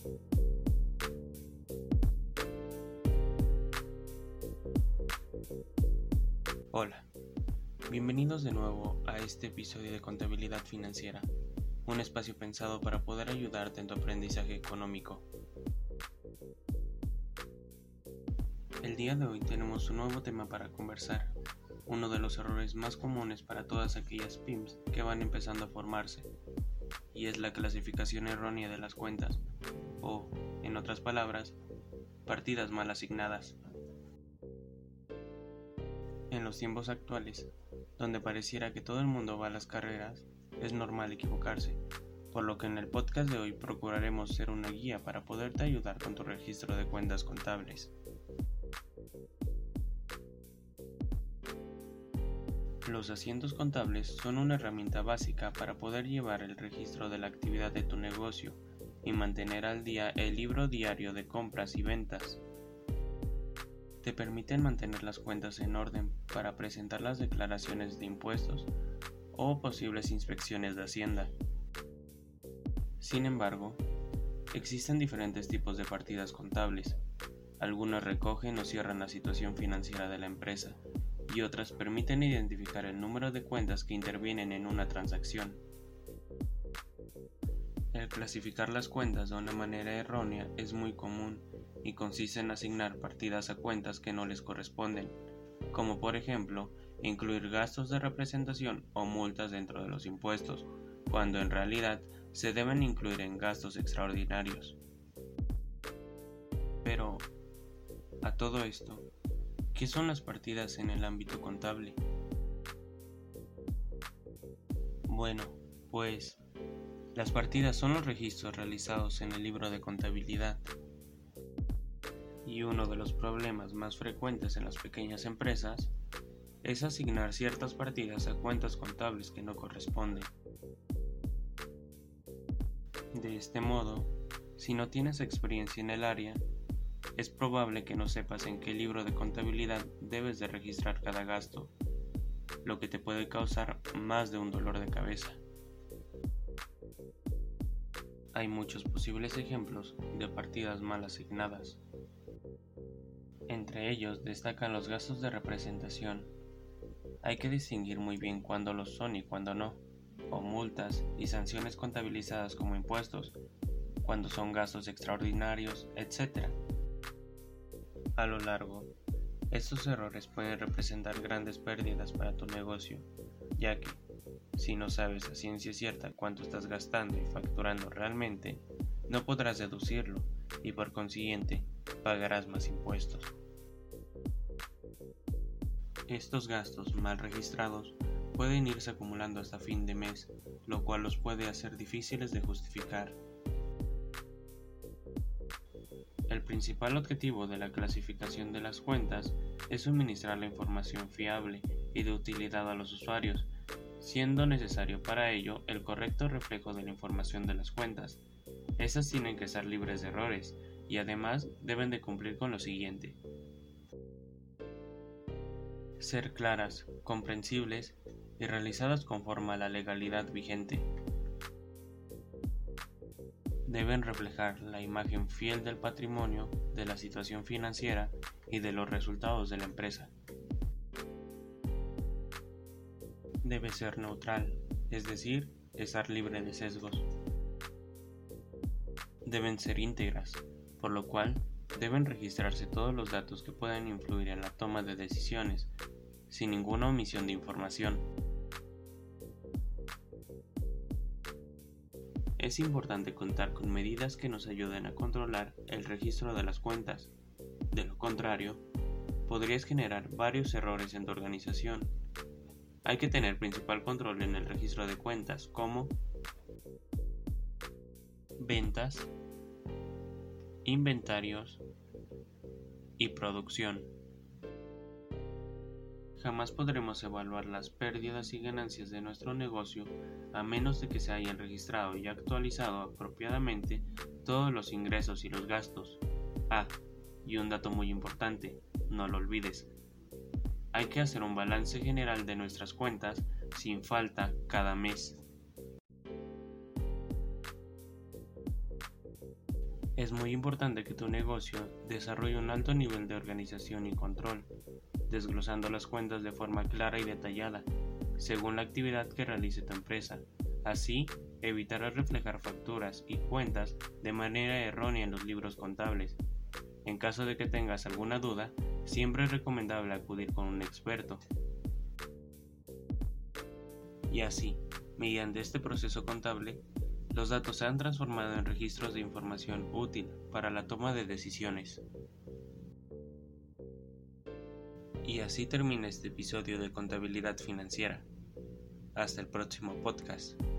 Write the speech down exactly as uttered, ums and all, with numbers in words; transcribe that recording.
Hola, bienvenidos de nuevo a este episodio de Contabilidad Financiera, un espacio pensado para poder ayudarte en tu aprendizaje económico. El día de hoy tenemos un nuevo tema para conversar, uno de los errores más comunes para todas aquellas pymes que van empezando a formarse, y es la clasificación errónea de las cuentas, o, en otras palabras, partidas mal asignadas. En los tiempos actuales, donde pareciera que todo el mundo va a las carreras, es normal equivocarse, por lo que en el podcast de hoy procuraremos ser una guía para poderte ayudar con tu registro de cuentas contables. Los asientos contables son una herramienta básica para poder llevar el registro de la actividad de tu negocio y mantener al día el libro diario de compras y ventas. Te permiten mantener las cuentas en orden para presentar las declaraciones de impuestos o posibles inspecciones de Hacienda. Sin embargo, existen diferentes tipos de partidas contables. Algunas recogen o cierran la situación financiera de la empresa y otras permiten identificar el número de cuentas que intervienen en una transacción. El clasificar las cuentas de una manera errónea es muy común y consiste en asignar partidas a cuentas que no les corresponden, como por ejemplo, incluir gastos de representación o multas dentro de los impuestos, cuando en realidad se deben incluir en gastos extraordinarios. Pero, a todo esto, ¿qué son las partidas en el ámbito contable? Bueno, pues, las partidas son los registros realizados en el libro de contabilidad. Y uno de los problemas más frecuentes en las pequeñas empresas es asignar ciertas partidas a cuentas contables que no corresponden. De este modo, si no tienes experiencia en el área, es probable que no sepas en qué libro de contabilidad debes de registrar cada gasto, lo que te puede causar más de un dolor de cabeza. Hay muchos posibles ejemplos de partidas mal asignadas. Entre ellos destacan los gastos de representación. Hay que distinguir muy bien cuándo los son y cuándo no, o multas y sanciones contabilizadas como impuestos, cuando son gastos extraordinarios, etcétera. A lo largo, estos errores pueden representar grandes pérdidas para tu negocio, ya que, si no sabes a ciencia cierta cuánto estás gastando y facturando realmente, no podrás deducirlo y por consiguiente pagarás más impuestos. Estos gastos mal registrados pueden irse acumulando hasta fin de mes, lo cual los puede hacer difíciles de justificar. El principal objetivo de la clasificación de las cuentas es suministrar la información fiable y de utilidad a los usuarios, siendo necesario para ello el correcto reflejo de la información de las cuentas. Estas tienen que estar libres de errores y además deben de cumplir con lo siguiente: ser claras, comprensibles y realizadas conforme a la legalidad vigente. Deben reflejar la imagen fiel del patrimonio, de la situación financiera y de los resultados de la empresa. Debe ser neutral, es decir, estar libre de sesgos. Deben ser íntegras, por lo cual deben registrarse todos los datos que puedan influir en la toma de decisiones, sin ninguna omisión de información. Es importante contar con medidas que nos ayuden a controlar el registro de las cuentas. De lo contrario, podrías generar varios errores en tu organización. Hay que tener principal control en el registro de cuentas como ventas, inventarios y producción. Jamás podremos evaluar las pérdidas y ganancias de nuestro negocio a menos de que se hayan registrado y actualizado apropiadamente todos los ingresos y los gastos. Ah, y un dato muy importante, no lo olvides. Hay que hacer un balance general de nuestras cuentas sin falta cada mes. Es muy importante que tu negocio desarrolle un alto nivel de organización y control, desglosando las cuentas de forma clara y detallada, según la actividad que realice tu empresa. Así, evitarás reflejar facturas y cuentas de manera errónea en los libros contables. En caso de que tengas alguna duda, siempre es recomendable acudir con un experto. Y así, mediante este proceso contable, los datos se han transformado en registros de información útil para la toma de decisiones. Y así termina este episodio de Contabilidad Financiera. Hasta el próximo podcast.